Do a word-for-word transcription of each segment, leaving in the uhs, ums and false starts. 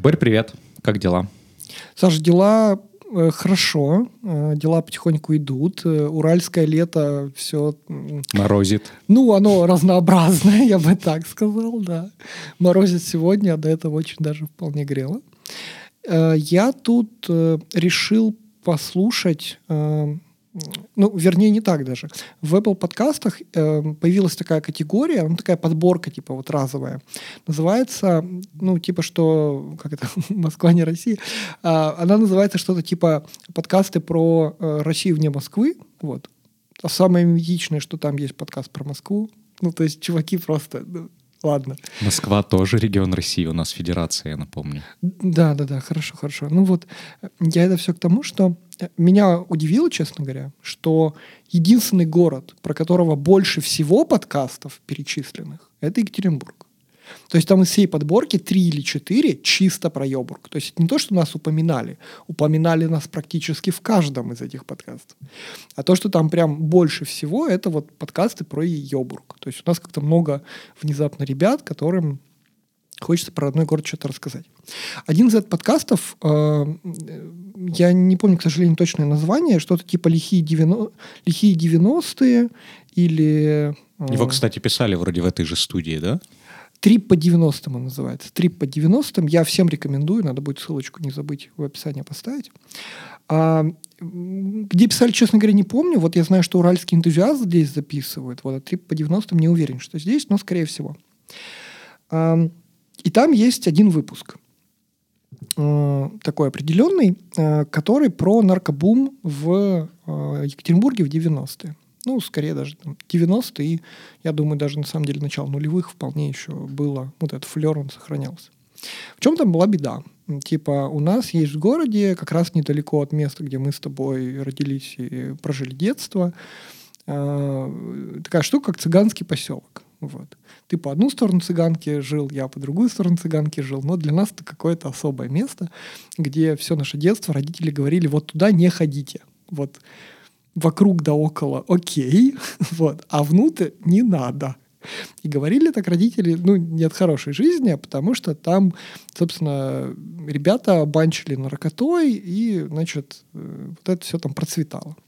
Борь, привет. Как дела? Саш, дела э, хорошо, э, дела потихоньку идут. Э, уральское лето, все... Морозит. Ну, оно разнообразное, я бы так сказал, да. Морозит сегодня, а до этого очень даже вполне грело. Э, я тут э, решил послушать... Э, Ну, вернее, не так даже. В Apple подкастах э, появилась такая категория, ну, такая подборка, типа, вот разовая. Называется, ну, типа, что... Как это? Москва, не Россия. А, она называется что-то типа подкасты про э, Россию вне Москвы. Вот. А самое мифичное, что там есть подкаст про Москву. Ну, то есть, чуваки просто... Ну, ладно. Москва тоже регион России, у нас федерация, я напомню. Да, да, да, хорошо, хорошо. Ну вот, я это все к тому, что меня удивило, честно говоря, что единственный город, про которого больше всего подкастов перечисленных, это Екатеринбург. То есть там из всей подборки три или четыре чисто про Йобург. То есть это не то, что нас упоминали. Упоминали нас практически в каждом из этих подкастов. А то, что там прям больше всего, это вот подкасты про Йобург. То есть у нас как-то много внезапно ребят, которым хочется про родной город что-то рассказать. Один из этих подкастов, э, я не помню, к сожалению, точное название, что-то типа «Лихие, девяно... Лихие девяностые» или... Э, Его, кстати, писали вроде в этой же студии, да? «Трип по девяностым» он называется. «Трип по девяностым». Я всем рекомендую, надо будет ссылочку не забыть в описании поставить. А, где писали, честно говоря, не помню. Вот я знаю, что «Уральский энтузиаст» здесь записывают. Вот, а «Трип по девяностым» не уверен, что здесь, но скорее всего. А, и там есть один выпуск, э, такой определенный, э, который про наркобум в э, Екатеринбурге в девяностые. Ну, скорее даже там, девяностые, и, я думаю, даже на самом деле начало нулевых вполне еще было, вот этот флер, он сохранялся. В чем там была беда? Типа, у нас есть в городе, как раз недалеко от места, где мы с тобой родились и прожили детство, э, такая штука, как цыганский поселок. Вот. Ты по одну сторону цыганки жил, я по другую сторону цыганки жил, но для нас это какое-то особое место, где все наше детство родители говорили, вот туда не ходите. Вот. Вокруг да около окей, вот, а внутрь не надо. И говорили так родители, ну, не от хорошей жизни, а потому что там, собственно, ребята банчили наркотой, и, значит, вот это все там процветало.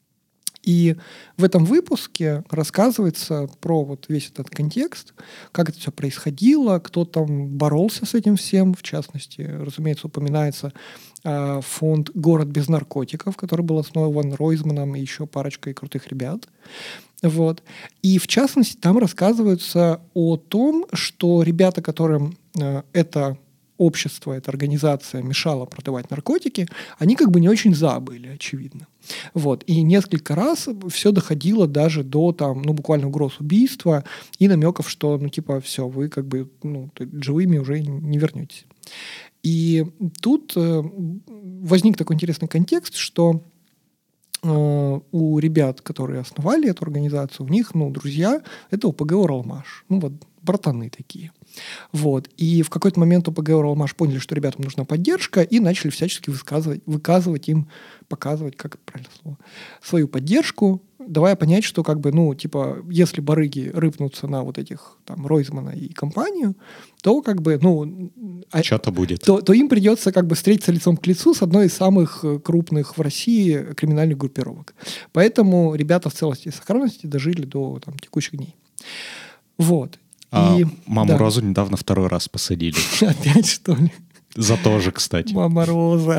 И в этом выпуске рассказывается про вот весь этот контекст, как это все происходило, кто там боролся с этим всем. В частности, разумеется, упоминается э, фонд «Город без наркотиков», который был основан Ройзманом и еще парочкой крутых ребят. Вот. И, в частности, там рассказывается о том, что ребята, которым э, это общество, эта организация мешала продавать наркотики, они как бы не очень за были, очевидно. Вот. И несколько раз все доходило даже до там, ну, буквально угроз убийства и намеков, что, ну, типа, все, вы как бы ну, живыми уже не вернетесь. И тут э, возник такой интересный контекст, что э, у ребят, которые основали эту организацию, у них, ну, друзья, это ОПГ «Уралмаш». Ну, вот, братаны такие. Вот. И в какой-то момент ОПГ «Уралмаш» поняли, что ребятам нужна поддержка, и начали всячески высказывать, выказывать им, показывать, как это правильно слово, свою поддержку, давая понять, что как бы, ну, типа, если барыги рыпнутся на вот этих, там, Ройзмана и компанию, то как бы, ну... Что-то будет. То, то им придется как бы встретиться лицом к лицу с одной из самых крупных в России криминальных группировок. Поэтому ребята в целости и сохранности дожили до там, текущих дней. Вот. А и, маму да. Розу недавно второй раз посадили. Опять, что ли? За то же, кстати. Мама Роза.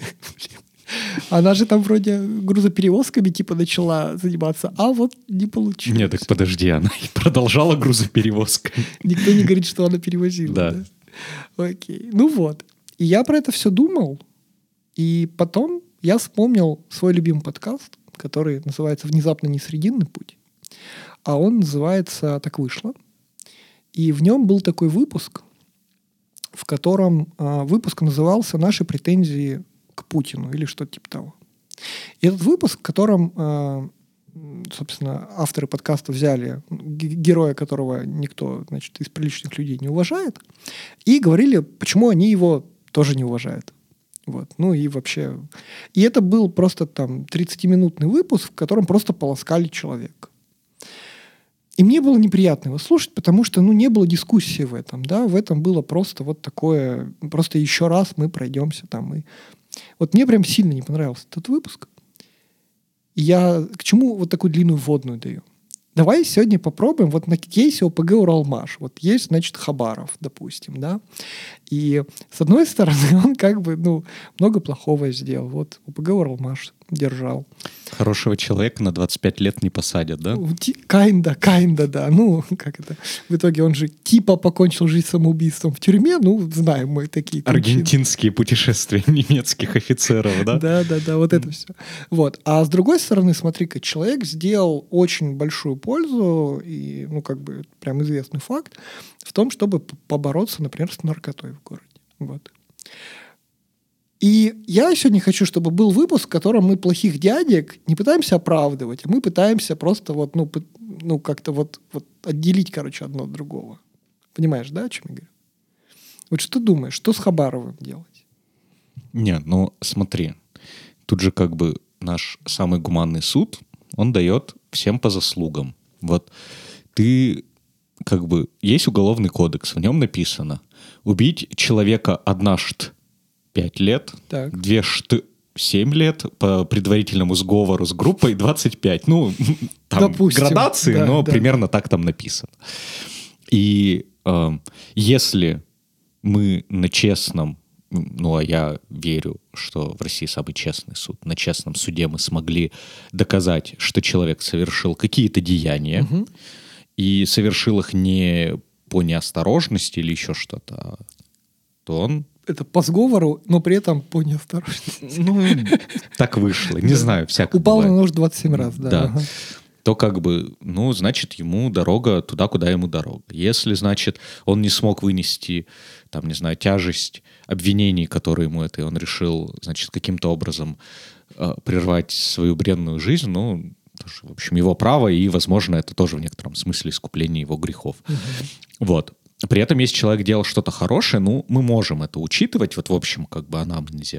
Она же там вроде грузоперевозками типа начала заниматься, а вот не получилось. Нет, так подожди, она и продолжала грузоперевозками. Никто не говорит, что она перевозила. Да. да? Окей. Ну вот. И я про это все думал, и потом я вспомнил свой любимый подкаст, который называется «Внезапно не срединный путь», а он называется «Так вышло». И в нем был такой выпуск, в котором э, выпуск назывался «Наши претензии к Путину» или что-то типа того. И этот выпуск, в котором, э, собственно, авторы подкаста взяли героя, которого никто, значит, из приличных людей не уважает, и говорили, почему они его тоже не уважают. Вот. Ну и вообще... И это был просто там тридцатиминутный выпуск, в котором просто полоскали человека. И мне было неприятно его слушать, потому что, ну, не было дискуссии в этом, да, в этом было просто вот такое, просто еще раз мы пройдемся там. И... Вот мне прям сильно не понравился этот выпуск. И я к чему вот такую длинную вводную даю? Давай сегодня попробуем вот на кейсе ОПГ «Уралмаш». Вот есть, значит, Хабаров, допустим, да. И с одной стороны он как бы, ну, много плохого сделал. Вот ОПГ «Уралмаш» держал. Хорошего человека на двадцать пять лет не посадят, да? Кайнда, кайнда, да. Ну, как это? В итоге он же типа покончил жизнь самоубийством в тюрьме. Ну, знаем мы такие кончины. Аргентинские путешествия немецких офицеров, да? Да, да, да, вот это все. Вот. А с другой стороны, смотри-ка, человек сделал очень большую пользу, и, ну, как бы, прям известный факт, в том, чтобы побороться, например, с наркотой в городе. Вот. И я сегодня хочу, чтобы был выпуск, в котором мы плохих дядек не пытаемся оправдывать, а мы пытаемся просто вот, ну, ну как-то вот, вот отделить, короче, одно от другого. Понимаешь, да, о чем я говорю? Вот что думаешь, что с Хабаровым делать? Нет, ну смотри, тут же как бы наш самый гуманный суд, он дает всем по заслугам. Вот ты как бы, есть уголовный кодекс, в нем написано, убить человека однажды пять лет, так. две шт семь лет, по предварительному сговору с группой двадцать пять. Ну, там допустим, градации, да, но да. примерно так там написано. И э, если мы на честном, ну, а я верю, что в России самый честный суд, на честном суде мы смогли доказать, что человек совершил какие-то деяния, угу. и совершил их не по неосторожности или еще что-то, то он... Это по сговору, но при этом по неосторожности. Ну, так вышло. Не знаю, всякое Упал бывает. на нож двадцать семь раз, да. Да. Ага. То как бы, ну, значит, ему дорога туда, куда ему дорога. Если, значит, он не смог вынести, там, не знаю, тяжесть обвинений, которые ему это, и он решил, значит, каким-то образом э, прервать свою бренную жизнь, ну, тоже, в общем, его право, и, возможно, это тоже в некотором смысле искупление его грехов. Угу. Вот. При этом, если человек делал что-то хорошее, ну, мы можем это учитывать, вот в общем, как бы анамнезе.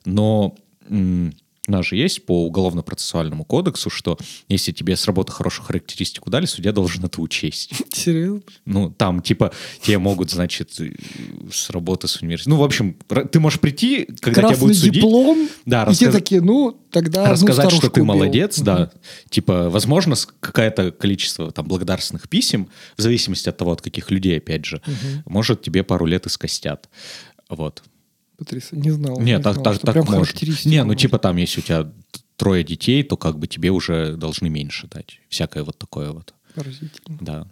Но м- у нас же есть по Уголовно-процессуальному кодексу, что если тебе с работы хорошую характеристику дали, судья должен это учесть. Серьезно? Ну, там, типа, тебе могут, значит, с работы с университета. Ну, в общем, ты можешь прийти, когда красный тебя будут судить. диплом, да, и рассказ... те такие, ну, тогда рассказать, ну, что ты убил. молодец, угу. да. Типа, возможно, какое-то количество там благодарственных писем, в зависимости от того, от каких людей, опять же, угу. может, тебе пару лет и скостят. Вот. Потрясающе. Не знал. Нет, не так, знал, так, что так прям может. Не, ну может. типа там, если у тебя трое детей, то как бы тебе уже должны меньше дать. Всякое вот такое вот. Поразительно. Да.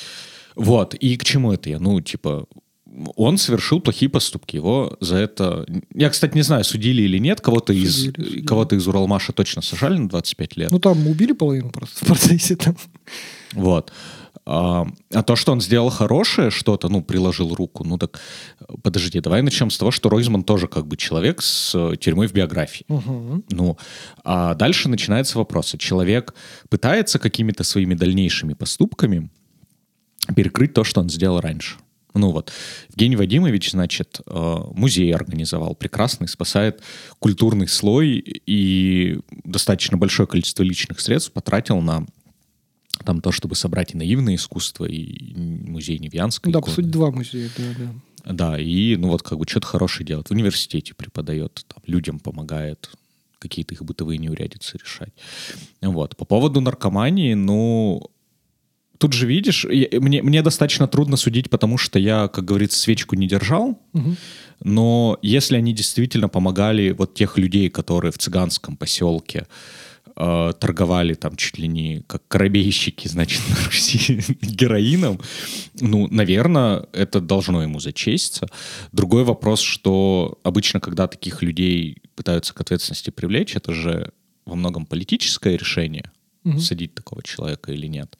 Вот. И к чему это я? Ну, типа, он совершил плохие поступки. Его за это... Я, кстати, не знаю, судили или нет. Кого-то, судили, из, судили. кого-то из Уралмаша точно сажали на двадцать пять лет. Ну, там убили половину просто в процессе. Там. Вот. А, а то, что он сделал хорошее что-то, ну, приложил руку, ну так, подожди, давай начнем с того, что Ройзман тоже как бы человек с тюрьмой в биографии. Угу. Ну, а дальше начинается вопрос. Человек пытается какими-то своими дальнейшими поступками перекрыть то, что он сделал раньше. Ну вот, Евгений Вадимович, значит, музей организовал прекрасный, спасает культурный слой и достаточно большое количество личных средств потратил на там то, чтобы собрать и наивное искусство, и музей Невьянской. Да, по сути, два музея, да, да. Да, и ну вот как бы что-то хорошее делает. В университете преподает, там, людям помогает какие-то их бытовые неурядицы решать. Вот. По поводу наркомании, ну, тут же видишь, я, мне, мне достаточно трудно судить, потому что я, как говорится, свечку не держал, угу. но если они действительно помогали вот тех людей, которые в цыганском поселке торговали там чуть ли не как корабейщики, значит, на Руси героином, ну, наверное, это должно ему зачесть. Другой вопрос, что обычно, когда таких людей пытаются к ответственности привлечь, это же во многом политическое решение, угу. садить такого человека или нет.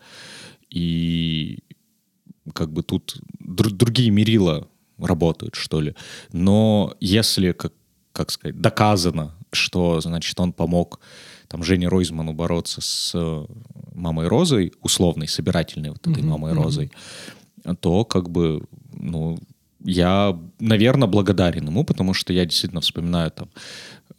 И как бы тут др- другие мерила работают, что ли. Но если, как, как сказать, доказано, что, значит, он помог там Жене Ройзману бороться с мамой Розой, условной, собирательной вот этой mm-hmm. мамой Розой, то как бы, ну, я, наверное, благодарен ему, потому что я действительно вспоминаю там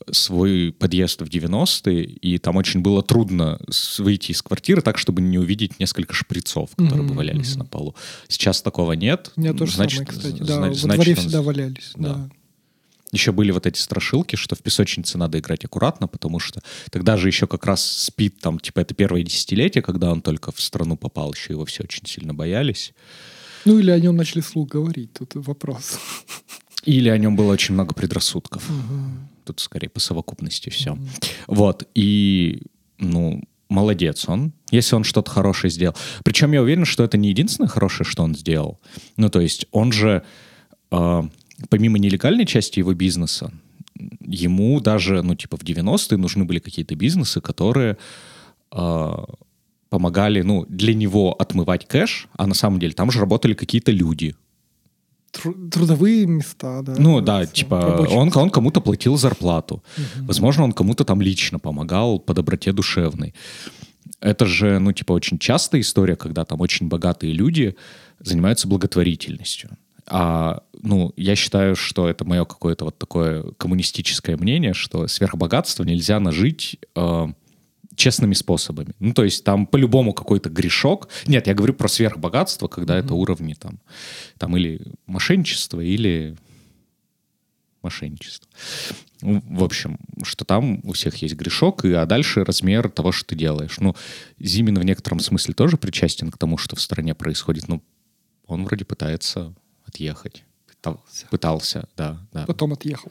свой подъезд в девяностые, и там очень было трудно выйти из квартиры так, чтобы не увидеть несколько шприцов, которые mm-hmm, бы валялись mm-hmm. на полу. Сейчас такого нет. У меня тоже значит, самое, кстати. Значит, да, во значит, дворе он... всегда валялись. Да. Да. Еще были вот эти страшилки, что в песочнице надо играть аккуратно, потому что тогда же еще как раз СПИД, там, типа, это первое десятилетие, когда он только в страну попал, еще его все очень сильно боялись. Ну, или о нем начали вслух говорить, тут вопрос. Или о нем было очень много предрассудков. Угу. Тут скорее по совокупности все. Угу. Вот, и, ну, молодец он, если он что-то хорошее сделал. Причем я уверен, что это не единственное хорошее, что он сделал. Ну, то есть он же... Э, помимо нелегальной части его бизнеса, ему даже, ну, типа, в девяностые нужны были какие-то бизнесы, которые э, помогали, ну, для него отмывать кэш, а на самом деле там же работали какие-то люди. Тру- трудовые места, да. Ну, да, типа, он, он кому-то платил зарплату. Угу. Возможно, он кому-то там лично помогал по доброте душевной. Это же, ну, типа, очень частая история, когда там очень богатые люди занимаются благотворительностью. А, ну, я считаю, что это мое какое-то вот такое коммунистическое мнение, что сверхбогатство нельзя нажить э, честными способами. Ну, то есть там по-любому какой-то грешок. Нет, я говорю про сверхбогатство, когда mm-hmm. это уровни там, там или мошенничество, или мошенничество. В общем, что там у всех есть грешок, и, а дальше размер того, что ты делаешь. Ну, Зимин в некотором смысле тоже причастен к тому, что в стране происходит. Ну, он вроде пытается... отъехать. Пытался. Пытался, да. да. Потом отъехал.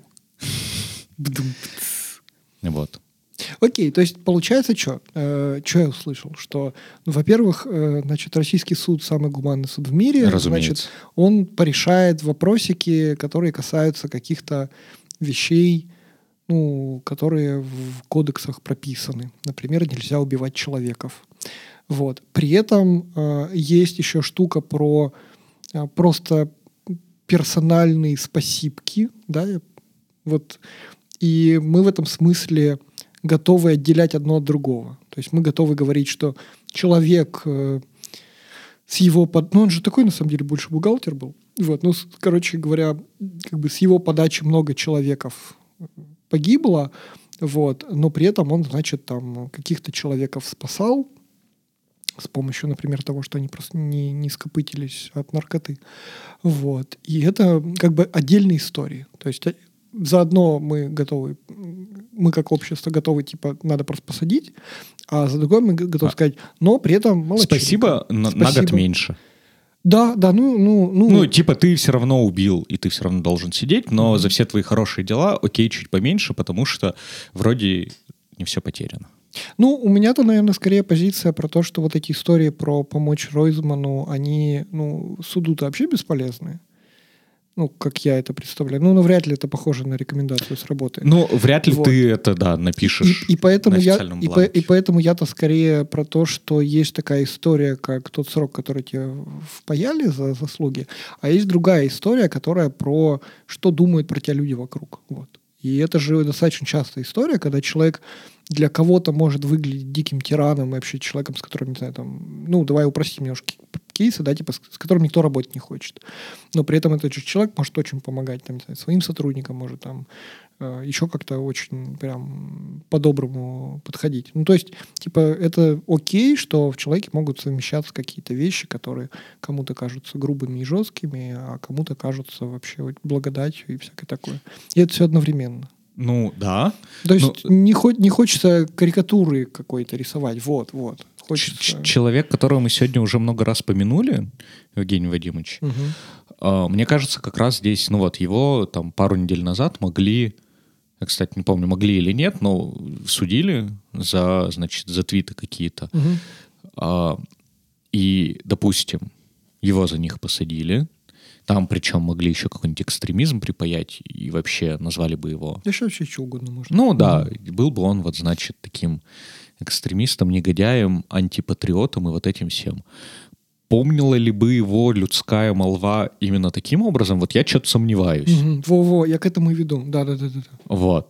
Вот. Окей, то есть получается что? Э, что я услышал? Что, ну, во-первых, э, значит, российский суд самый гуманный суд в мире. Разумеется. Значит, он порешает вопросики, которые касаются каких-то вещей, ну, которые в кодексах прописаны. Например, нельзя убивать человеков. Вот. При этом э, есть еще штука про э, просто персональные спасибки, да, вот, и мы в этом смысле готовы отделять одно от другого. То есть мы готовы говорить, что человек э, с его... Под... Ну, он же такой, на самом деле, больше бухгалтер был. Вот, ну, с, короче говоря, как бы с его подачи много человеков погибло, вот, но при этом он, значит, там каких-то человеков спасал, с помощью, например, того, что они просто не, не скопытились от наркоты. Вот. И это как бы отдельные истории. То есть заодно мы готовы, мы как общество готовы, типа, надо просто посадить, а за другое мы готовы а. сказать, но при этом молодчинка. Спасибо, на, Спасибо. на год меньше. Да, да, ну, ну, ну... Ну, типа, ты все равно убил, и ты все равно должен сидеть, но mm-hmm. за все твои хорошие дела, окей, чуть поменьше, потому что вроде не все потеряно. Ну, у меня-то, наверное, скорее позиция про то, что вот эти истории про помочь Ройзману, они, ну, суду-то вообще бесполезны. Ну, как я это представляю. Ну, ну, вряд ли это похоже на рекомендацию с работы. Ну, вряд ли вот. Ты это, да, напишешь и, и поэтому на я, официальном и, по, и поэтому я-то скорее про то, что есть такая история, как тот срок, который тебе впаяли за заслуги, а есть другая история, которая про что думают про тебя люди вокруг. Вот. И это же достаточно частая история, когда человек для кого-то может выглядеть диким тираном и вообще человеком, с которым, не знаю, там, ну, давай упростим немножко кейсы, да, типа, с, с которым никто работать не хочет. Но при этом этот же человек может очень помогать, там, не знаю, своим сотрудникам, может, там, э, еще как-то очень прям по-доброму подходить. Ну, то есть, типа, это окей, что в человеке могут совмещаться какие-то вещи, которые кому-то кажутся грубыми и жесткими, а кому-то кажутся вообще благодатью и всякое такое. И это все одновременно. Ну, да. То есть ну, не, хо- не хочется карикатуры какой-то рисовать. Вот, вот. Хочется... Ч- человек, которого мы сегодня уже много раз помянули, Евгений Вадимович, угу. э, мне кажется, как раз здесь, ну вот, его там пару недель назад могли, я, кстати, не помню, могли или нет, но судили за, значит, за твиты какие-то. Угу. Э, и, допустим, его за них посадили. Там, причем, могли еще какой-нибудь экстремизм припаять и вообще назвали бы его... Да вообще что угодно можно. Ну да, mm-hmm. был бы он, вот, значит, таким экстремистом, негодяем, антипатриотом и вот этим всем. Помнила ли бы его людская молва именно таким образом? Вот я что-то сомневаюсь. Mm-hmm. Во-во, я к этому и веду. Да-да-да. Вот.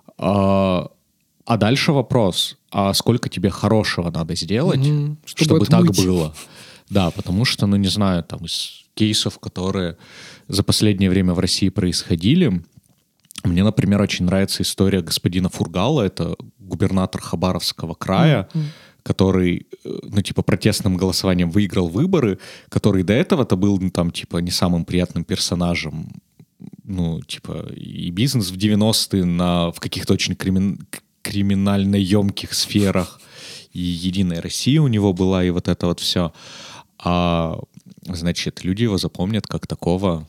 А, а дальше вопрос. А сколько тебе хорошего надо сделать, mm-hmm. чтобы, чтобы так было? Да, потому что, ну, не знаю, там из... кейсов, которые за последнее время в России происходили, Мне, например, очень нравится история господина Фургала, это губернатор Хабаровского края, mm-hmm. который, ну, типа, протестным голосованием выиграл выборы, который до этого-то был, ну, там, типа, не самым приятным персонажем, ну, типа, и бизнес в девяностые на, в каких-то очень кримин, криминально емких сферах, и «Единая Россия» у него была, и вот это вот все. А, значит, люди его запомнят как такого...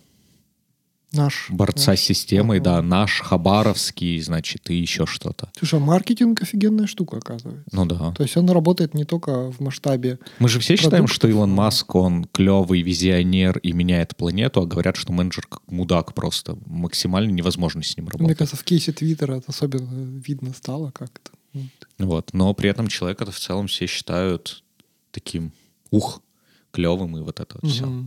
Наш. Борца наш. с системой, ага. да, наш, хабаровский, значит, и еще что-то. Слушай, а маркетинг офигенная штука, оказывается. Ну да. То есть он работает не только в масштабе. Мы же все продуктов. считаем, что Илон Маск, он клевый визионер и меняет планету, а говорят, что менеджер как мудак просто. Максимально невозможно с ним работать. Мне кажется, в кейсе Твиттера это особенно видно стало как-то. Вот. Но при этом человека в целом все считают таким, ух, клевым и вот это вот угу. все.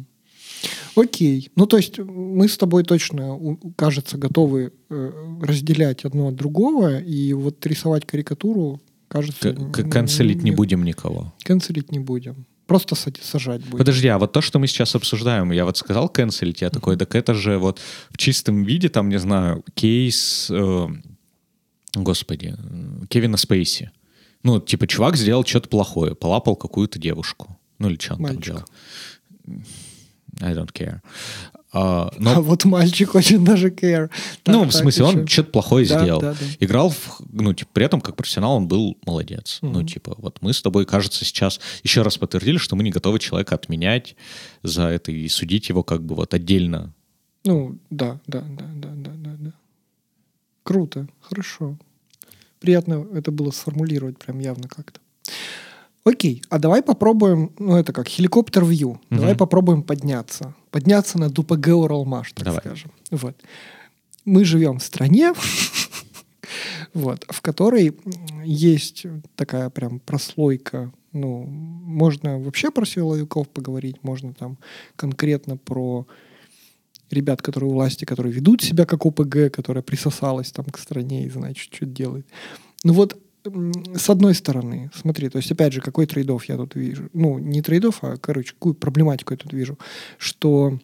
Окей. Ну, то есть мы с тобой точно, кажется, готовы разделять одно от другого, и вот рисовать карикатуру, кажется... К- канцелить не, не будем никого. Канцелить не будем. Просто сажать будем. Подожди, а вот то, что мы сейчас обсуждаем, я вот сказал канцелить, я uh-huh. такой, так это же вот в чистом виде, там, не знаю, кейс, э, господи, Кевина Спейси. Ну, типа, чувак сделал что-то плохое, полапал какую-то девушку. Ну, или что он Мальчик. там делал. I don't care. Uh, но... А вот мальчик очень даже care. Так, ну, в смысле, так, он что-то плохое да, сделал. Да, да. Играл, в, ну, типа, при этом как профессионал он был молодец. Mm-hmm. Ну, типа, вот мы с тобой, кажется, сейчас еще раз подтвердили, что мы не готовы человека отменять за это и судить его как бы вот отдельно. Ну, да, да, да, да, да, да, да. Круто, хорошо. Приятно это было сформулировать прям явно как-то. Окей, а давай попробуем, ну это как хеликоптер-вью, угу. давай попробуем подняться. Подняться на ДУПГ Уралмаш, так давай. скажем. Вот. Мы живем в стране, вот, в которой есть такая прям прослойка, ну, можно вообще про силовиков поговорить, можно там конкретно про ребят, которые у власти, которые ведут себя как ОПГ, которая присосалась там к стране и, значит, что делает. Ну вот, с одной стороны, смотри, то есть, опять же, какой трейд-офф я тут вижу? Ну, не трейд-офф, а, короче, какую проблематику я тут вижу? Что,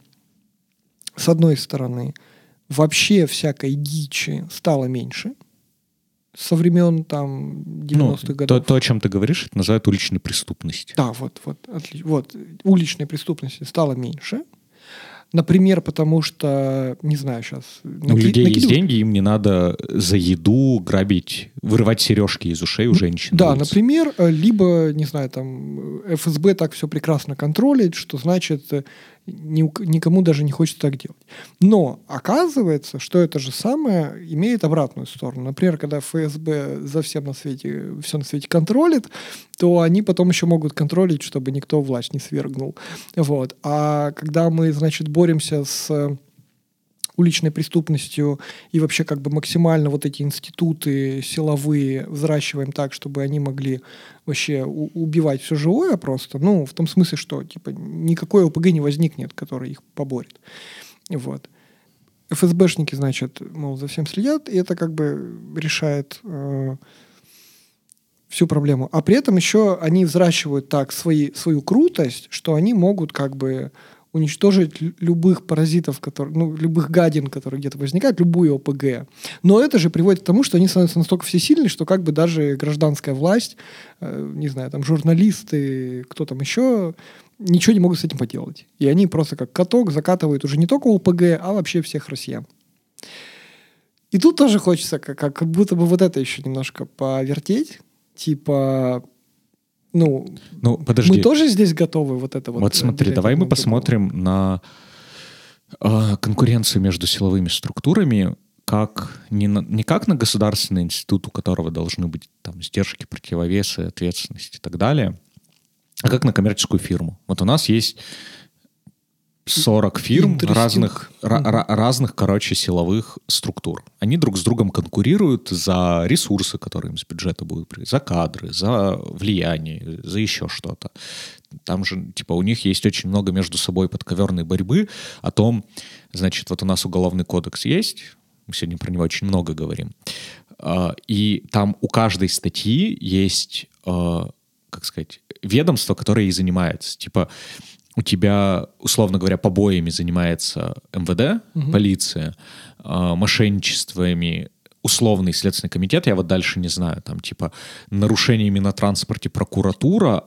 с одной стороны, вообще всякой дичи стало меньше со времен, там, девяностых ну, годов. То, то, о чем ты говоришь, это называют уличной преступностью. Да, вот, вот, отлично. Вот, уличной преступности стало меньше. Например, потому что, не знаю, сейчас... У наки... людей накидывают... есть деньги, им не надо за еду грабить, вырывать сережки из ушей у женщин. Да, например, либо, не знаю, там, эф эс бэ так все прекрасно контролит, что, значит, ни, никому даже не хочется так делать. Но оказывается, что это же самое имеет обратную сторону. Например, когда эф эс бэ за всем на свете, все на свете контролит, то они потом еще могут контролить, чтобы никто власть не свергнул. Вот. А когда мы, значит, боремся с уличной преступностью и вообще как бы максимально вот эти институты силовые взращиваем так, чтобы они могли вообще у- убивать все живое просто, ну, в том смысле, что типа никакой ОПГ не возникнет, который их поборет. Вот. эф эс бэшники, значит, мол, за всем следят, и это как бы решает э, всю проблему. А при этом еще они взращивают так свои, свою крутость, что они могут как бы уничтожить любых паразитов, которые, ну, любых гадин, которые где-то возникают, любую ОПГ. Но это же приводит к тому, что они становятся настолько всесильны, что как бы даже гражданская власть, э, не знаю, там журналисты, кто там еще, ничего не могут с этим поделать. И они просто как каток закатывают уже не только ОПГ, а вообще всех россиян. И тут тоже хочется как, как будто бы вот это еще немножко повертеть. Типа... Ну, ну, подожди. Мы тоже здесь готовы вот это вот... Вот смотри, давай мы посмотрим на э, конкуренцию между силовыми структурами как, не, на, не как на государственный институт, у которого должны быть там сдержки, противовесы, ответственность и так далее, а как на коммерческую фирму. Вот у нас есть сорок фирм разных, mm-hmm. ra- разных, короче, силовых структур. Они друг с другом конкурируют за ресурсы, которые им с бюджета будут прийти, за кадры, за влияние, за еще что-то. Там же, типа, у них есть очень много между собой подковерной борьбы о том, значит, вот у нас уголовный кодекс есть, мы сегодня про него очень много говорим, и там у каждой статьи есть, как сказать, ведомство, которое и занимается. Типа, у тебя, условно говоря, побоями занимается эм вэ дэ, угу. полиция, э, мошенничествами условный следственный комитет, я вот дальше не знаю, там типа нарушениями на транспорте прокуратура,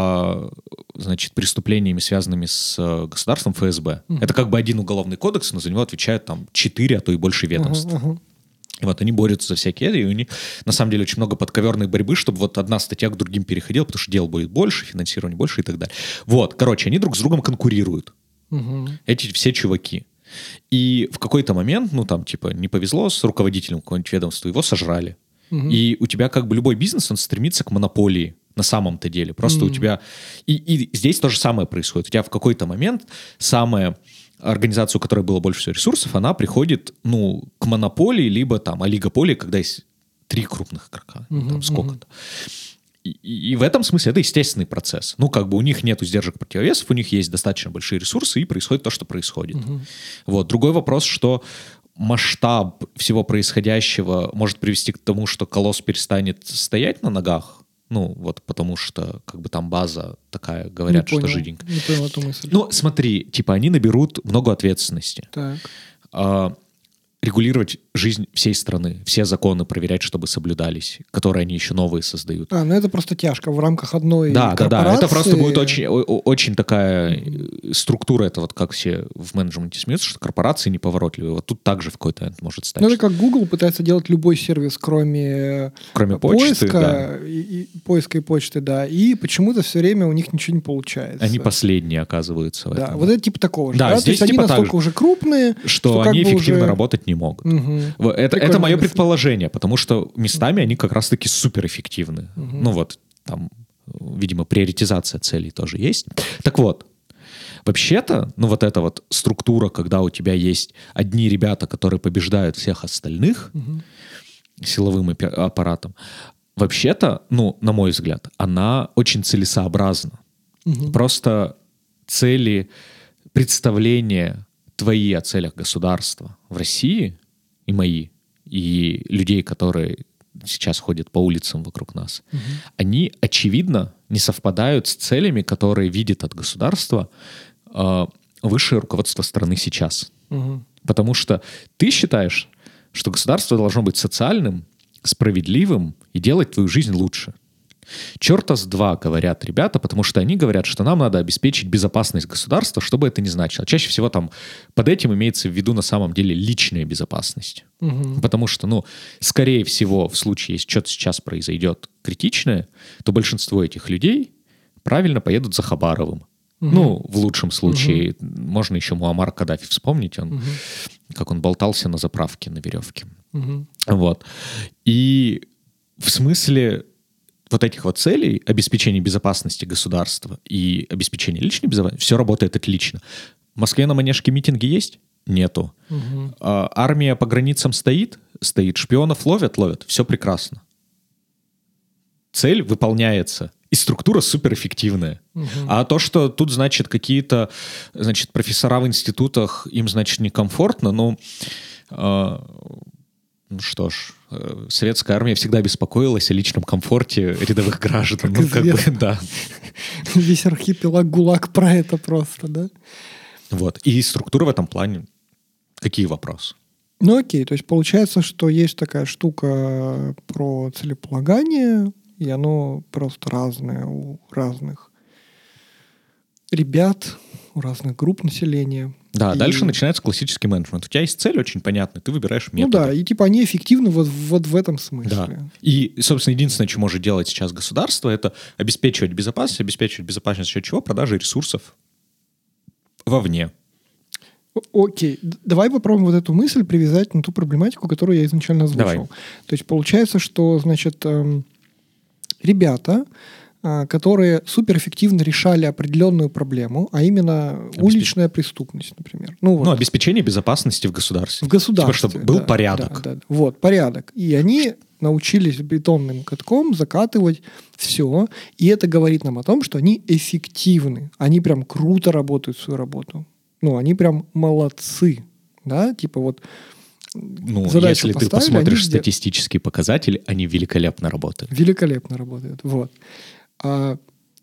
а значит преступлениями, связанными с государством, эф эс бэ. Uh-huh. Это как бы один уголовный кодекс, но за него отвечают там четыре, а то и больше ведомств. Uh-huh, uh-huh. Вот они борются за всякие, и у них на самом деле очень много подковерной борьбы, чтобы вот одна статья к другим переходила, потому что дел будет больше, финансирования больше и так далее. Вот, короче, они друг с другом конкурируют. Uh-huh. Эти все чуваки. И в какой-то момент, ну там типа не повезло с руководителем какого-нибудь ведомства, его сожрали. Угу. И у тебя как бы любой бизнес, он стремится к монополии на самом-то деле. Просто угу. у тебя... И, и здесь то же самое происходит. У тебя в какой-то момент самая организация, у которой было больше всего ресурсов, она приходит, ну, к монополии, либо там олигополии, когда есть три крупных игрока. Угу, там сколько-то. Угу. И, и в этом смысле это естественный процесс. Ну, как бы у них нет сдержек противовесов, у них есть достаточно большие ресурсы, и происходит то, что происходит. Угу. Вот. Другой вопрос, что масштаб всего происходящего может привести к тому, что колосс перестанет стоять на ногах. Ну, вот потому что как бы там база такая, говорят, не что понял, жиденькая. Не понял эту мысль. Ну, смотри, типа они наберут много ответственности. Так. А, регулировать жизнь всей страны, все законы проверять, чтобы соблюдались, которые они еще новые создают. А, ну это просто тяжко в рамках одной да, корпорации. Да, да, это просто будет очень, очень такая mm-hmm. структура, это вот как все в менеджменте смеются, что корпорации неповоротливые. Вот тут также в какой-то момент может стать. Ну это как Google пытается делать любой сервис, кроме, кроме почты, поиска, да. и, и, поиска и почты, да, и почему-то все время у них ничего не получается. Они последние оказываются в да, этом. Вот это типа такого же. Да, да? здесь То есть типа они настолько уже крупные, что, что они эффективно уже... работать не могут. Угу. Это, это мое предположение, потому что местами они как раз-таки суперэффективны. Угу. Ну вот, там, видимо, приоритизация целей тоже есть. Так вот, вообще-то, ну вот эта вот структура, когда у тебя есть одни ребята, которые побеждают всех остальных угу. силовым аппаратом, вообще-то, ну, на мой взгляд, она очень целесообразна. Угу. Просто цели, представления твои о целях государства в России и мои, и людей, которые сейчас ходят по улицам вокруг нас, угу. они, очевидно, не совпадают с целями, которые видит от государства э, высшее руководство страны сейчас. Угу. Потому что ты считаешь, что государство должно быть социальным, справедливым и делать твою жизнь лучше. Черта с два, говорят ребята, потому что они говорят, что нам надо обеспечить безопасность государства, что бы это ни значило. Чаще всего там под этим имеется в виду на самом деле личная безопасность. Угу. Потому что, ну, скорее всего, в случае, если что-то сейчас произойдет критичное, то большинство этих людей правильно поедут за Хабаровым. Угу. Ну, в лучшем случае. Угу. Можно еще Муаммар Каддафи вспомнить, он, угу. как он болтался на заправке на веревке. Угу. Вот. И в смысле... вот этих вот целей, обеспечения безопасности государства и обеспечения личной безопасности, все работает отлично. В Москве на Манежке митинги есть? Нету. Угу. А, армия по границам стоит? Стоит. Шпионов ловят? Ловят. Все прекрасно. Цель выполняется. И структура суперэффективная. Угу. А то, что тут, значит, какие-то, значит, профессора в институтах, им, значит, некомфортно, ну... А, Ну что ж, советская армия всегда беспокоилась о личном комфорте рядовых граждан. Ну, как бы, да. Весь архипелаг ГУЛАГ про это просто, да? Вот. И структура в этом плане. Какие вопросы? Ну окей, то есть получается, что есть такая штука про целеполагание, и оно просто разное у разных ребят, у разных групп населения. Да, и... дальше начинается классический менеджмент. У тебя есть цель очень понятная, ты выбираешь метод. Ну да, и типа они эффективны вот, вот в этом смысле. Да. И, собственно, единственное, что может делать сейчас государство, это обеспечивать безопасность, обеспечивать безопасность за счет чего? Продажи ресурсов вовне. Окей, давай попробуем вот эту мысль привязать на ту проблематику, которую я изначально озвучил. Давай. То есть получается, что, значит, эм, ребята... которые суперэффективно решали определенную проблему, а именно Обеспеч... уличная преступность, например. Ну, вот. ну, обеспечение безопасности в государстве. В государстве. Типа, чтобы был да, порядок. Да, да. Вот, порядок. И они научились бетонным катком закатывать все. И это говорит нам о том, что они эффективны. Они прям круто работают свою работу. Ну, они прям молодцы. Да, типа вот... Ну, если ты посмотришь статистические показатели, они великолепно работают. Великолепно работают, вот. А,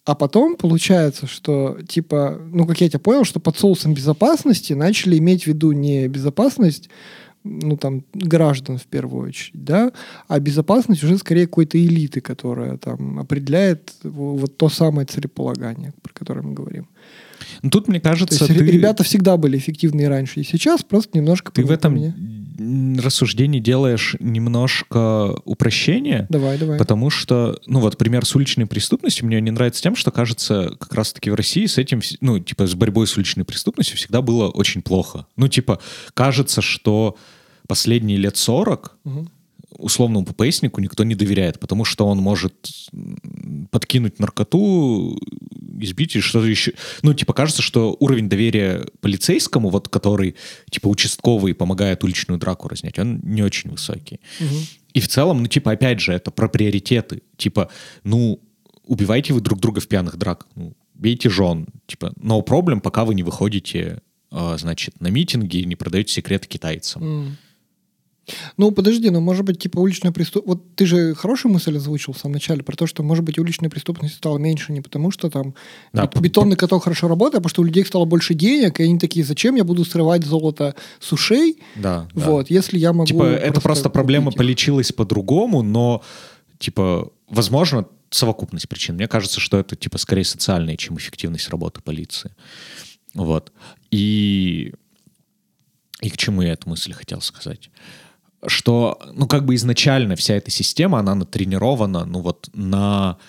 А потом получается, что, типа, ну, как я тебя понял, что под соусом безопасности начали иметь в виду не безопасность, ну, там, граждан в первую очередь, да, а безопасность уже скорее какой-то элиты, которая там определяет вот то самое целеполагание, про которое мы говорим. Ну, тут, мне кажется, то есть ты... ребята всегда были эффективные раньше и сейчас, просто немножко... Ты в этом меня. рассуждении делаешь немножко упрощение. Давай, давай. Потому что, ну вот, пример с уличной преступностью мне не нравится тем, что, кажется, как раз-таки в России с этим, ну, типа, с борьбой с уличной преступностью всегда было очень плохо. Ну, типа, кажется, что последние лет сорок угу. условному ППСнику никто не доверяет, потому что он может подкинуть наркоту, избить и что-то еще. Ну, типа, кажется, что уровень доверия полицейскому, вот который, типа, участковый помогает уличную драку разнять, он не очень высокий. Угу. И в целом, ну, типа, опять же, это про приоритеты. Типа, ну, убивайте вы друг друга в пьяных драках, ну, бейте жен. Типа, no problem, пока вы не выходите, э, значит, на митинги и не продаете секреты китайцам. Mm. Ну, подожди, ну, может быть, типа, уличная преступность... Вот ты же хорошую мысль озвучил в самом начале про то, что, может быть, уличной преступности стало меньше не потому, что там да, бет- бетонный каток хорошо работает, а потому что у людей стало больше денег, и они такие, зачем я буду срывать золото с ушей, да, вот, да. если я могу... Типа, это просто проблема полечилась по-другому, но, типа, возможно, совокупность причин. Мне кажется, что это, типа, скорее социальная, чем эффективность работы полиции. Вот. И... И к чему я эту мысль хотел сказать? Что, ну, как бы изначально вся эта система, она натренирована, ну, вот на,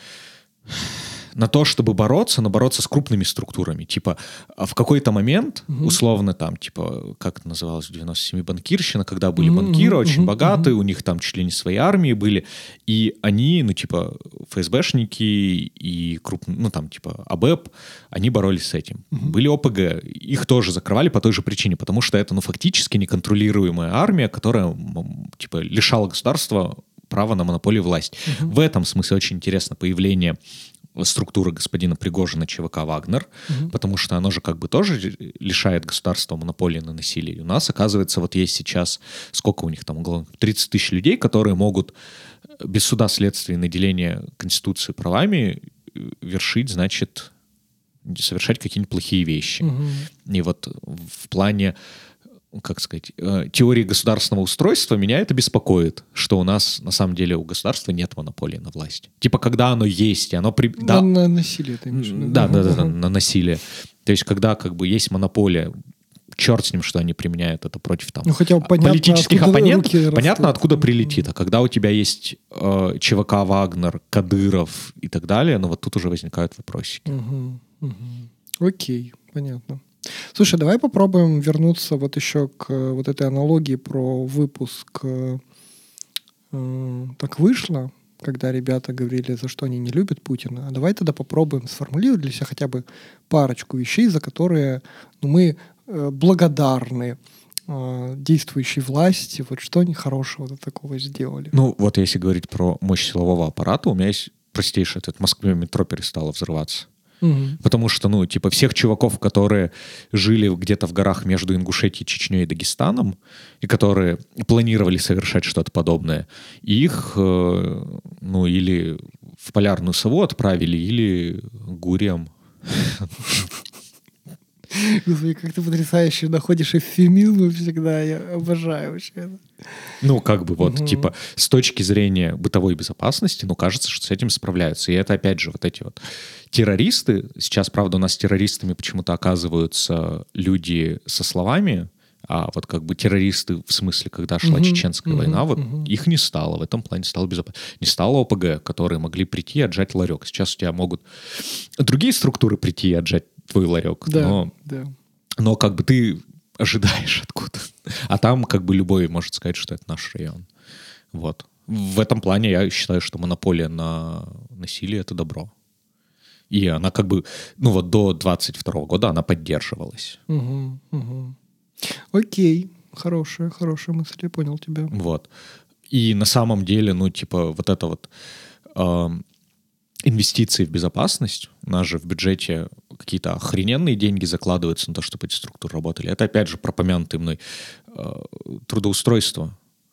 на то, чтобы бороться, но бороться с крупными структурами. Типа, в какой-то момент, угу. условно, там, типа, как это называлось в девяносто семь, банкирщина, когда были угу, банкиры угу, очень угу, богатые, угу. у них там чуть ли не свои армии были, и они, ну, типа, ФСБшники и крупные, ну, там, типа, АБЭП, они боролись с этим. Угу. Были ОПГ, их тоже закрывали по той же причине, потому что это, ну, фактически неконтролируемая армия, которая, типа, лишала государства права на монополию власти. Угу. В этом смысле очень интересно появление структуры господина Пригожина ЧВК «Вагнер», угу. потому что оно же как бы тоже лишает государства монополии на насилие. И у нас, оказывается, вот есть сейчас, сколько у них там, тридцать тысяч людей, которые могут без суда, следствия и наделения Конституции правами вершить, значит, совершать какие-нибудь плохие вещи. Угу. И вот в плане, как сказать, теории государственного устройства меня это беспокоит, что у нас на самом деле у государства нет монополии на власть. Типа, когда оно есть, и оно... При... На, да, на насилие ты имеешь в виду? Да, да, да, да, на насилие. То есть, когда как бы есть монополия, черт с ним, что они применяют это против там, ну, хотя бы понятно, политических оппонентов, понятно, растут. Откуда прилетит. А когда у тебя есть э, ЧВК «Вагнер», Кадыров и так далее, ну вот тут уже возникают вопросики. Угу, угу. Окей, понятно. Слушай, давай попробуем вернуться вот еще к вот этой аналогии про выпуск э, «Так вышло», когда ребята говорили, за что они не любят Путина. А давай тогда попробуем сформулировать для себя хотя бы парочку вещей, за которые ну, мы э, благодарны э, действующей власти. Вот что они хорошего такого сделали. Ну, вот если говорить про мощь силового аппарата, у меня есть простейший ответ. В Москве метро перестало взрываться. Угу. Потому что, ну, типа, всех чуваков, которые жили где-то в горах между Ингушетией, Чечней и Дагестаном, и которые планировали совершать что-то подобное, их, э, ну, или в Полярную сову отправили, или гурьям. Господи, как ты потрясающе находишь эвфемизмы всегда, я обожаю вообще это. Ну, как бы вот, угу. типа, с точки зрения бытовой безопасности, ну, кажется, что с этим справляются. И это, опять же, вот эти вот террористы. Сейчас, правда, у нас террористами почему-то оказываются люди со словами, а вот как бы террористы, в смысле, когда шла угу. чеченская угу. война, вот угу. их не стало. В этом плане стало безопасно. Не стало ОПГ, которые могли прийти и отжать ларек. Сейчас у тебя могут другие структуры прийти и отжать твой ларек. Да, но, да. но как бы ты ожидаешь откуда. А там как бы любой может сказать, что это наш район. Вот. В этом плане я считаю, что монополия на насилие — это добро. И она как бы, ну вот до двадцать второго года она поддерживалась. Угу, угу. Окей. Хорошая, хорошая мысль, я понял тебя. Вот. И на самом деле, ну типа вот это вот... Э, инвестиции в безопасность, у нас же в бюджете какие-то охрененные деньги закладываются на то, чтобы эти структуры работали. Это, опять же, пропомянутое мной э, трудоустройство.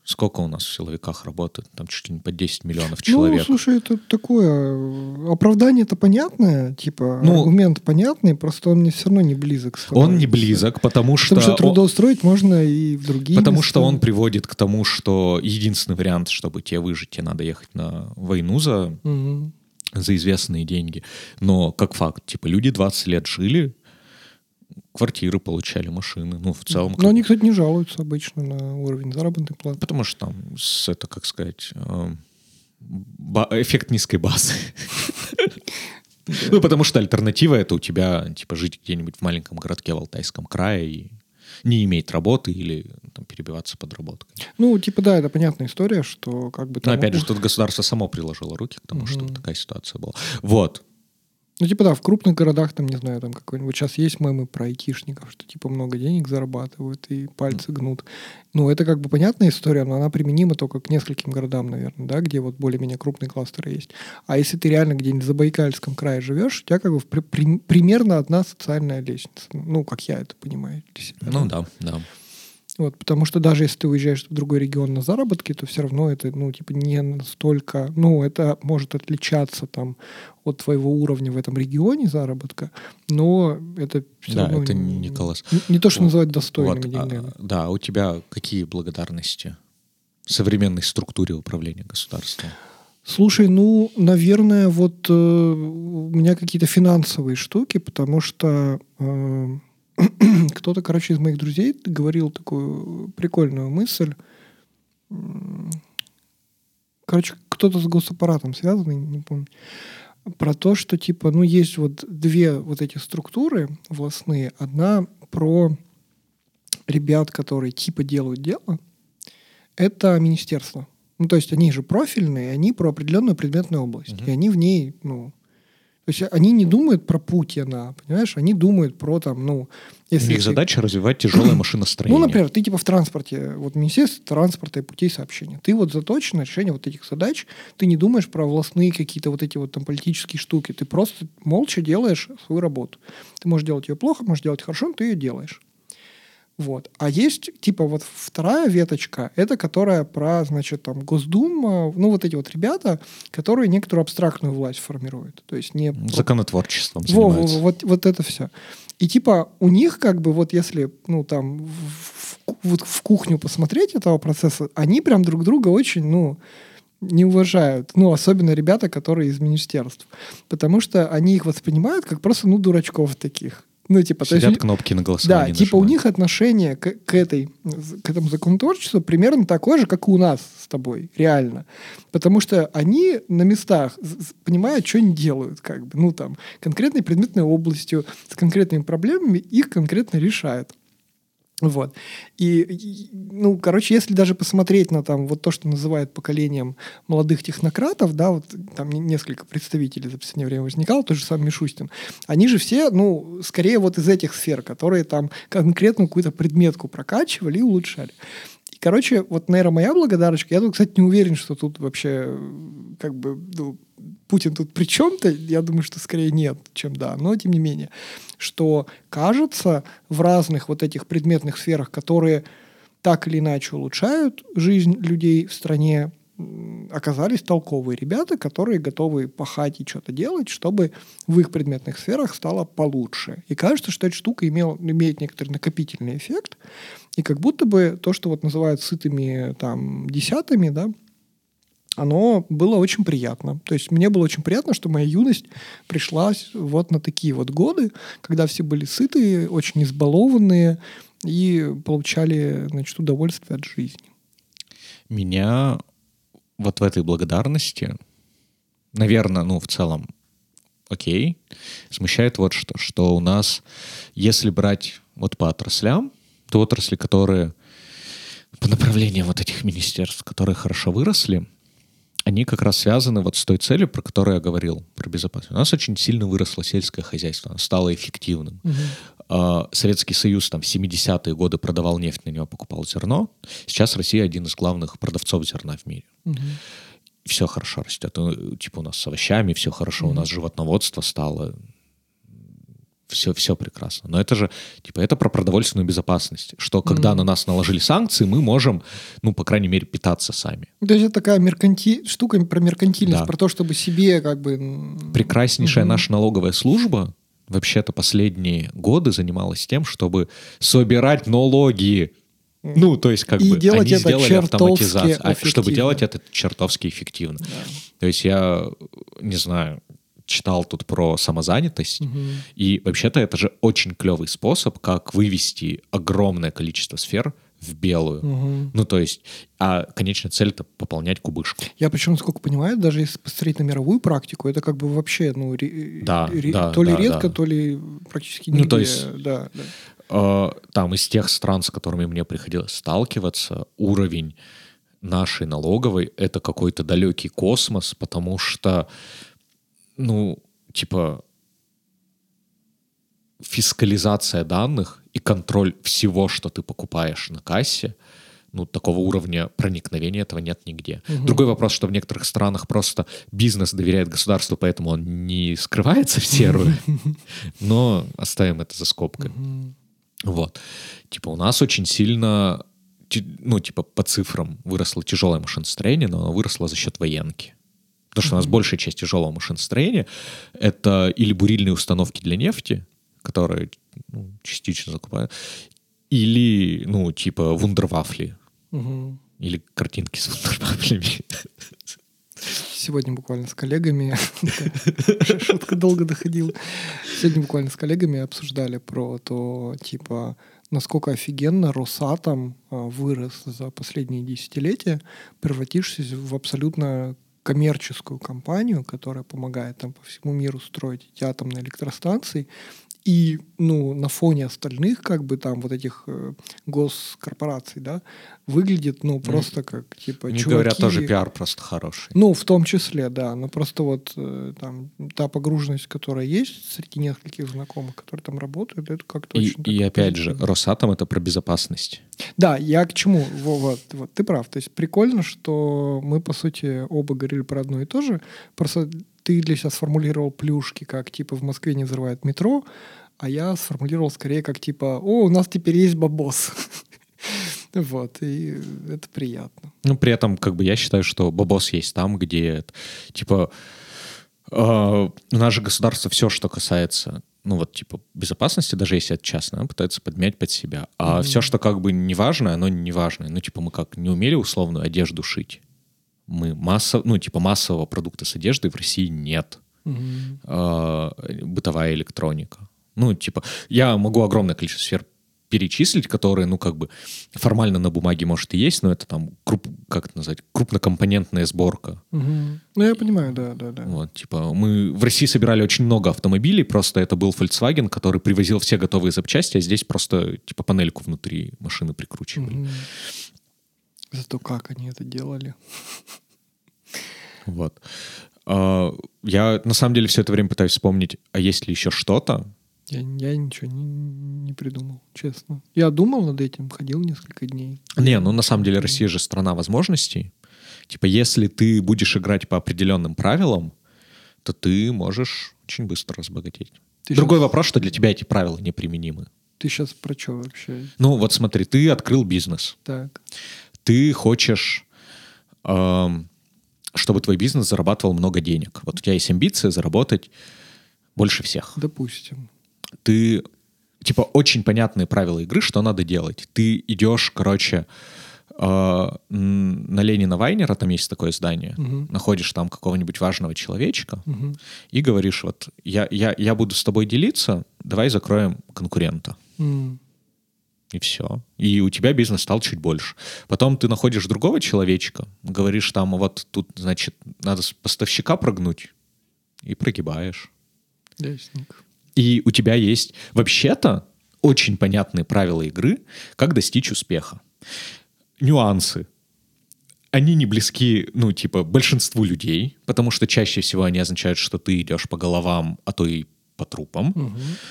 Сколько у нас в силовиках работает? Там чуть ли не по десять миллионов человек. Ну, слушай, это такое... Оправдание-то понятное, типа, ну, аргумент понятный, просто он мне все равно не близок. Он не близок, потому что... Потому что трудоустроить он... можно и в другие Потому места. что он приводит к тому, что единственный вариант, чтобы тебе выжить, тебе надо ехать на войну за, угу. за известные деньги. Но как факт, типа, люди двадцать лет жили, квартиры получали, машины, ну, в целом... Но они, кстати, не жалуются обычно на уровень заработной платы. Потому что там, это, как сказать, эффект низкой базы. Ну, потому что альтернатива — это у тебя, типа, жить где-нибудь в маленьком городке в Алтайском крае и не иметь работы или там, перебиваться подработкой. Ну, типа, да, это понятная история, что как бы... Но, там... опять же, тут государство само приложило руки к тому, чтобы такая ситуация была. Вот. Ну, типа, да, в крупных городах, там, не знаю, там какой-нибудь... Сейчас есть мемы про айтишников, что, типа, много денег зарабатывают и пальцы гнут. Ну, это как бы понятная история, но она применима только к нескольким городам, наверное, да, где вот более-менее крупные кластеры есть. А если ты реально где-нибудь в Забайкальском крае живешь, у тебя как бы при, при, примерно одна социальная лестница. Ну, как я это понимаю для себя. Ну, да, да. Вот, потому что даже если ты уезжаешь в другой регион на заработки, то все равно это, ну, типа, не настолько... Ну, это может отличаться там от твоего уровня в этом регионе заработка, но это все да, равно... это не, не колосс. Не, не то, что вот, называть достойными вот, деньгами. А, да, у тебя какие благодарности в современной структуре управления государством? Слушай, ну, наверное, вот э, у меня какие-то финансовые штуки, потому что... Э, кто-то, короче, из моих друзей говорил такую прикольную мысль. Короче, кто-то с госаппаратом связанный, не помню. Про то, что, типа, ну, есть вот две вот эти структуры властные. Одна про ребят, которые типа делают дело. Это министерство. Ну, то есть они же профильные, они про определенную предметную область. Uh-huh. И они в ней, ну... То есть они не думают про Путина, понимаешь? Они думают про там, ну... Если... У них задача развивать тяжелое машиностроение. Ну, например, ты типа в транспорте, вот Министерство транспорта и путей сообщения. Ты вот заточен на решение вот этих задач, ты не думаешь про властные какие-то вот эти вот там политические штуки, ты просто молча делаешь свою работу. Ты можешь делать ее плохо, можешь делать хорошо, но ты ее делаешь. Вот. А есть, типа, вот вторая веточка, это которая про, значит, там, Госдума, ну, вот эти вот ребята, которые некоторую абстрактную власть формируют. То есть не... Законотворчеством во, занимаются. Во, во, вот, вот это все. И, типа, у них, как бы, вот если, ну, там, в, в, вот в кухню посмотреть этого процесса, они прям друг друга очень, ну, не уважают. Ну, особенно ребята, которые из министерств. Потому что они их воспринимают как просто, ну, дурачков таких. Ну, типа, Сидят то есть, кнопки на голосование. Да, типа нажимают. у них отношение к, к, этой, к этому законотворчеству примерно такое же, как и у нас с тобой, реально. Потому что они на местах понимают, что они делают, как бы, ну, там, конкретной предметной областью, с конкретными проблемами, их конкретно решают. Вот. И, и, ну, короче, если даже посмотреть на там вот то, что называют поколением молодых технократов, да, вот там несколько представителей за последнее время возникало, тот же самый Мишустин, они же все, ну, скорее вот из этих сфер, которые там конкретно какую-то предметку прокачивали и улучшали. И, короче, вот, наверное, моя благодарочка, я тут, кстати, не уверен, что тут вообще, как бы, ну, Путин тут при чем-то, я думаю, что скорее нет, чем да, но тем не менее, что кажется в разных вот этих предметных сферах, которые так или иначе улучшают жизнь людей в стране, оказались толковые ребята, которые готовы пахать и что-то делать, чтобы в их предметных сферах стало получше. И кажется, что эта штука имел, имеет некоторый накопительный эффект, и как будто бы то, что вот называют сытыми там десятыми, да, оно было очень приятно. То есть мне было очень приятно, что моя юность пришлась вот на такие вот годы, когда все были сытые, очень избалованные и получали, значит, удовольствие от жизни. Меня вот в этой благодарности, наверное, ну, в целом, окей, смущает вот что, что у нас, если брать вот по отраслям, то отрасли, которые по направлениям вот этих министерств, которые хорошо выросли, они как раз связаны вот с той целью, про которую я говорил, про безопасность. У нас очень сильно выросло сельское хозяйство, оно стало эффективным. Uh-huh. Советский Союз там в семидесятые годы продавал нефть, на него покупал зерно. Сейчас Россия один из главных продавцов зерна в мире. Uh-huh. Все хорошо растет. Типа у нас с овощами все хорошо, uh-huh. у нас животноводство стало... все, все прекрасно. Но это же, типа, это про продовольственную безопасность, что когда mm. на нас наложили санкции, мы можем, ну, по крайней мере, питаться сами. То есть это такая мерканти... штука про меркантильность, да. Про то, чтобы себе как бы... Прекраснейшая mm-hmm. наша налоговая служба вообще-то последние годы занималась тем, чтобы собирать налоги. Ну, то есть, как и бы, делать они это сделали автоматизацию, а, чтобы делать это чертовски эффективно. Да. То есть я, не знаю, читал тут про самозанятость, угу. и вообще-то это же очень клевый способ, как вывести огромное количество сфер в белую. Угу. Ну, то есть, а конечная цель — это пополнять кубышку. Я причем, насколько понимаю, даже если посмотреть на мировую практику, это как бы вообще, ну, ре, да, ре, да, то ли да, редко, да. то ли практически нигде. Ну, то есть, да, да. Э, там из тех стран, с которыми мне приходилось сталкиваться, уровень нашей налоговой — это какой-то далекий космос, потому что, ну, типа, фискализация данных и контроль всего, что ты покупаешь на кассе, ну, такого уровня проникновения этого нет нигде. Угу. Другой вопрос, что в некоторых странах просто бизнес доверяет государству, поэтому он не скрывается в серую, но оставим это за скобкой. Вот. Типа у нас очень сильно, ну, типа по цифрам выросло тяжелое машиностроение, но оно выросло за счет военки. Потому что mm-hmm. у нас большая часть тяжелого машиностроения — это или бурильные установки для нефти, которые, ну, частично закупают, или, ну, типа вундервафли. Mm-hmm. Или картинки с вундервафлями. Сегодня буквально с коллегами, шутка долго доходила, сегодня буквально с коллегами обсуждали про то, типа, насколько офигенно Росатом вырос за последние десятилетия, превратившись в абсолютно коммерческую компанию, которая помогает там по всему миру строить эти атомные электростанции. И, ну, на фоне остальных, как бы, там, вот этих э, госкорпораций, да, выглядит, ну, просто как, типа, Мне чуваки... говорят, тоже пиар просто хороший. Ну, в том числе, да. Но просто вот э, там та погруженность, которая есть среди нескольких знакомых, которые там работают, это как-то и, очень... И опять же, Росатом — это про безопасность. Да, я к чему? Вот, вот, ты прав. То есть прикольно, что мы, по сути, оба говорили про одно и то же. Просто ты для себя сформулировал плюшки, как, типа, в Москве не взрывают метро, а я сформулировал скорее как, типа, о, у нас теперь есть бабос. Вот, и это приятно. Ну, при этом, как бы, я считаю, что бабос есть там, где, типа, э, у нас же государство все, что касается, ну, вот, типа, безопасности, даже если это частное, оно пытается подмять под себя. А mm-hmm. все, что, как бы, неважное, оно неважное. Ну, типа, мы как, не умели условную одежду шить. Мы массово, ну, типа, массового продукта с одеждой в России нет. Mm-hmm. Э, бытовая электроника. Ну, типа, я могу огромное количество сфер перечислить, которые, ну, как бы, формально на бумаге, может, и есть, но это там, круп, как это назвать, крупнокомпонентная сборка. Угу. Ну, я понимаю, да, да, да. Вот, типа, мы в России собирали очень много автомобилей, просто это был Volkswagen, который привозил все готовые запчасти, а здесь просто, типа, панельку внутри машины прикручивали. Угу. Зато как они это делали. Вот. Я, на самом деле, все это время пытаюсь вспомнить, а есть ли еще что-то. Я, я ничего не, не придумал, честно. Я думал над этим, ходил несколько дней. Не, ну на самом деле Россия же страна возможностей. Типа, если ты будешь играть по определенным правилам, то ты можешь очень быстро разбогатеть. Ты Другой сейчас... вопрос, что для тебя эти правила неприменимы. Ты сейчас про что вообще? Ну вот смотри, ты открыл бизнес. Так. Ты хочешь, эм, чтобы твой бизнес зарабатывал много денег. Вот у тебя есть амбиция заработать больше всех. Допустим. Ты, типа, очень понятные правила игры, что надо делать. Ты идешь, короче, э, на Ленина Вайнера, там есть такое здание, угу. находишь там какого-нибудь важного человечка угу. и говоришь, вот, я, я, я буду с тобой делиться, давай закроем конкурента. Mm. И все. И у тебя бизнес стал чуть больше. Потом ты находишь другого человечка, говоришь там, вот тут, значит, надо поставщика прогнуть, и прогибаешь. Ясненько. И у тебя есть вообще-то очень понятные правила игры, как достичь успеха. Нюансы. Они не близки, ну, типа, большинству людей, потому что чаще всего они означают, что ты идешь по головам, а то и по трупам. Угу.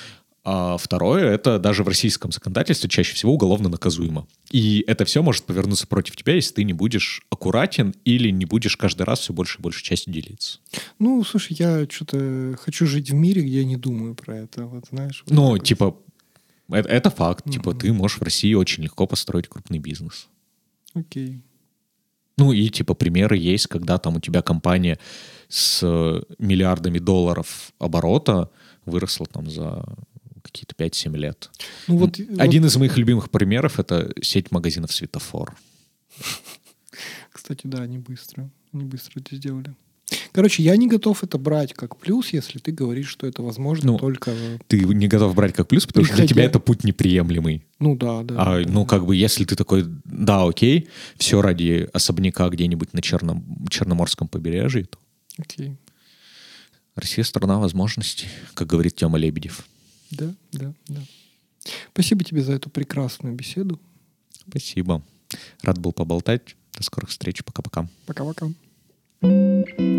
А второе, это даже в российском законодательстве чаще всего уголовно наказуемо. И это все может повернуться против тебя, если ты не будешь аккуратен или не будешь каждый раз все больше и больше частью делиться. Ну, слушай, я что-то хочу жить в мире, где я не думаю про это. Вот знаешь. Вот Ну, такой. типа, это, это факт. Мгм. Типа, ты можешь в России очень легко построить крупный бизнес. Окей. Ну и типа примеры есть, когда там у тебя компания с э, миллиардами долларов оборота выросла там за какие-то пять-семь лет. Ну вот, Один вот, из моих любимых примеров — это сеть магазинов «Светофор». кстати, да, они быстро, они быстро это сделали. Короче, я не готов это брать как плюс, если ты говоришь, что это возможно Ну, только... Ты не готов брать как плюс, потому что для Приходя. тебя это путь неприемлемый. Ну да, да. А, да, ну, да. как бы, если ты такой, да, окей, все ради особняка где-нибудь на Черном, Черноморском побережье, то Окей. Россия — страна возможностей, как говорит Тёма Лебедев. Да, да, да. Спасибо тебе за эту прекрасную беседу. Спасибо. Рад был поболтать. До скорых встреч. Пока-пока. Пока-пока.